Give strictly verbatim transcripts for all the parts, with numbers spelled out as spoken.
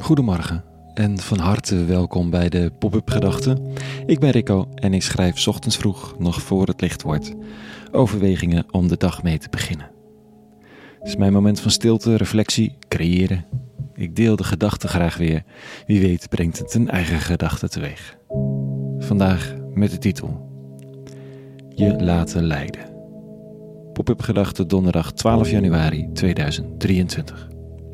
Goedemorgen en van harte welkom bij de Pop-up Gedachten. Ik ben Rico en ik schrijf 's ochtends vroeg, nog voor het licht wordt, overwegingen om de dag mee te beginnen. Het is mijn moment van stilte, reflectie, creëren. Ik deel de gedachten graag weer. Wie weet brengt het een eigen gedachte teweeg. Vandaag met de titel Je laten leiden. Pop-up Gedachten donderdag twaalf januari tweeduizend drieëntwintig.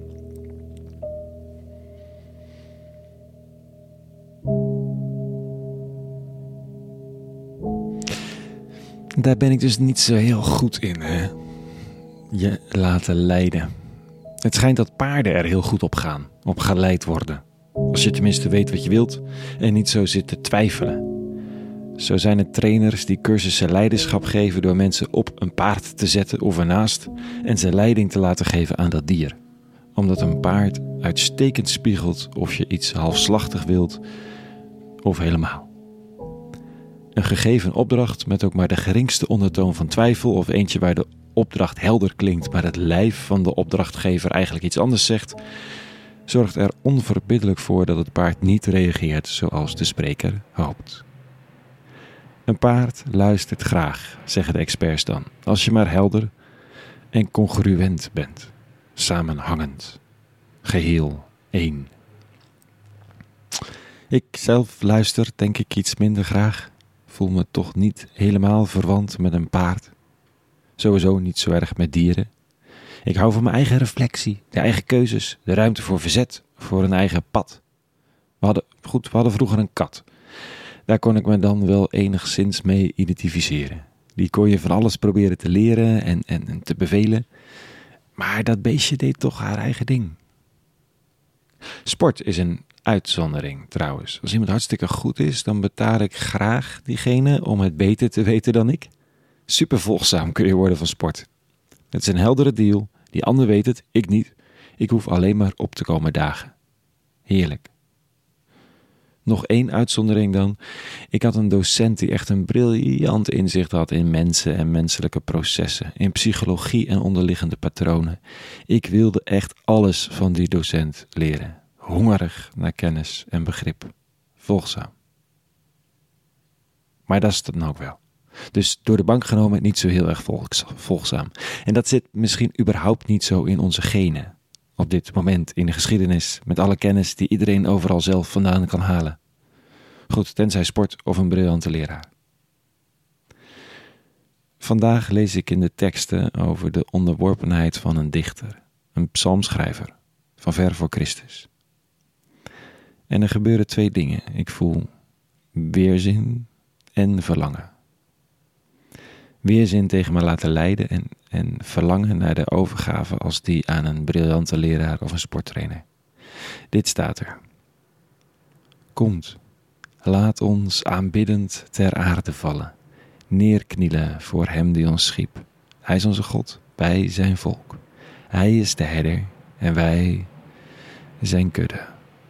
Daar ben ik dus niet zo heel goed in, hè? Je laten leiden. Het schijnt dat paarden er heel goed op gaan, op geleid worden. Als je tenminste weet wat je wilt en niet zo zit te twijfelen. Zo zijn er trainers die cursussen leiderschap geven door mensen op een paard te zetten of ernaast en ze leiding te laten geven aan dat dier. Omdat een paard uitstekend spiegelt of je iets halfslachtig wilt of helemaal. Een gegeven opdracht met ook maar de geringste ondertoon van twijfel of eentje waar de opdracht helder klinkt, maar het lijf van de opdrachtgever eigenlijk iets anders zegt, zorgt er onverbiddelijk voor dat het paard niet reageert zoals de spreker hoopt. Een paard luistert graag, zeggen de experts dan, als je maar helder en congruent bent, samenhangend, geheel één. Ik zelf luister denk ik iets minder graag, voel me toch niet helemaal verwant met een paard. Sowieso niet zo erg met dieren. Ik hou van mijn eigen reflectie, de eigen keuzes, de ruimte voor verzet, voor een eigen pad. We hadden, goed, we hadden vroeger een kat. Daar kon ik me dan wel enigszins mee identificeren. Die kon je van alles proberen te leren en, en, en te bevelen. Maar dat beestje deed toch haar eigen ding. Sport is een uitzondering trouwens. Als iemand hartstikke goed is, dan betaal ik graag diegene om het beter te weten dan ik. Super volgzaam kun je worden van sport. Het is een heldere deal. Die ander weet het, ik niet. Ik hoef alleen maar op te komen dagen. Heerlijk. Nog één uitzondering dan. Ik had een docent die echt een briljant inzicht had in mensen en menselijke processen, in psychologie en onderliggende patronen. Ik wilde echt alles van die docent leren. Hongerig naar kennis en begrip. Volgzaam. Maar dat is het dan ook wel. Dus door de bank genomen niet zo heel erg volks, volgzaam. En dat zit misschien überhaupt niet zo in onze genen. Op dit moment in de geschiedenis, met alle kennis die iedereen overal zelf vandaan kan halen. Goed, tenzij sport of een briljante leraar. Vandaag lees ik in de teksten over de onderworpenheid van een dichter, een psalmschrijver, van ver voor Christus. En er gebeuren twee dingen. Ik voel weerzin en verlangen. Weerzin tegen me laten leiden en, en verlangen naar de overgave als die aan een briljante leraar of een sporttrainer. Dit staat er. Komt, laat ons aanbiddend ter aarde vallen, neerknielen voor hem die ons schiep. Hij is onze God, wij zijn volk. Hij is de herder en wij zijn kudde.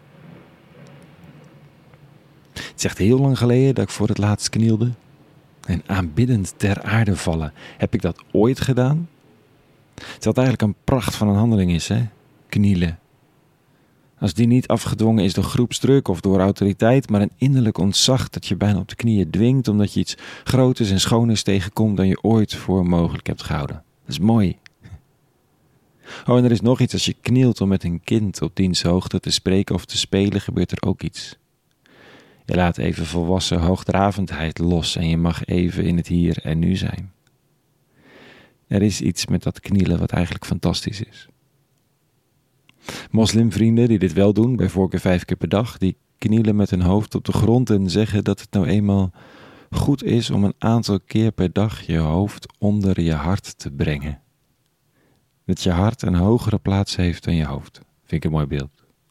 Het is echt heel lang geleden dat ik voor het laatst knielde. En aanbiddend ter aarde vallen. Heb ik dat ooit gedaan? Terwijl het eigenlijk een pracht van een handeling is, hè? Knielen. Als die niet afgedwongen is door groepsdruk of door autoriteit, maar een innerlijk ontzag dat je bijna op de knieën dwingt, omdat je iets groters en schoners tegenkomt dan je ooit voor mogelijk hebt gehouden. Dat is mooi. Oh, en er is nog iets. Als je knielt om met een kind op diens hoogte te spreken of te spelen, gebeurt er ook iets. Je laat even volwassen hoogdravendheid los en je mag even in het hier en nu zijn. Er is iets met dat knielen wat eigenlijk fantastisch is. Moslimvrienden die dit wel doen, bij voorkeur vijf keer per dag, die knielen met hun hoofd op de grond en zeggen dat het nou eenmaal goed is om een aantal keer per dag je hoofd onder je hart te brengen. Dat je hart een hogere plaats heeft dan je hoofd. Vind ik een mooi beeld.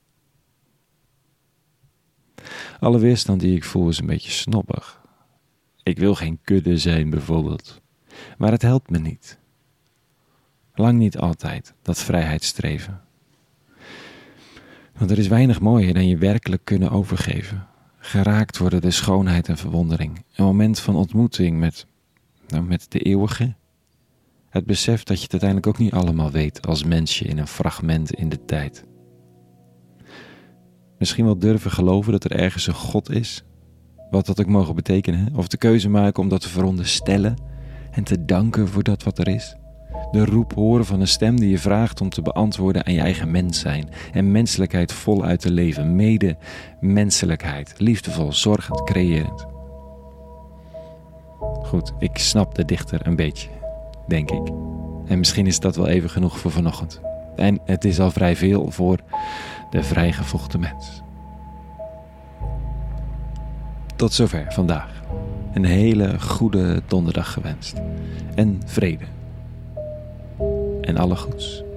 Alle weerstand die ik voel is een beetje snobbig. Ik wil geen kudde zijn bijvoorbeeld. Maar het helpt me niet. Lang niet altijd, dat vrijheidsstreven. Want er is weinig mooier dan je werkelijk kunnen overgeven. Geraakt worden door schoonheid en verwondering. Een moment van ontmoeting met, nou, met de eeuwige. Het besef dat je het uiteindelijk ook niet allemaal weet als mensje in een fragment in de tijd. Misschien wel durven geloven dat er ergens een God is. Wat dat ook mogen betekenen. Of de keuze maken om dat te veronderstellen. En te danken voor dat wat er is. De roep horen van een stem die je vraagt om te beantwoorden aan je eigen mens zijn. En menselijkheid voluit te leven. Mede-menselijkheid. Liefdevol, zorgend, creërend. Goed, ik snap de dichter een beetje. Denk ik. En misschien is dat wel even genoeg voor vanochtend. En het is al vrij veel voor de vrijgevochten mens. Tot zover vandaag. Een hele goede donderdag gewenst. En vrede. En alle goeds.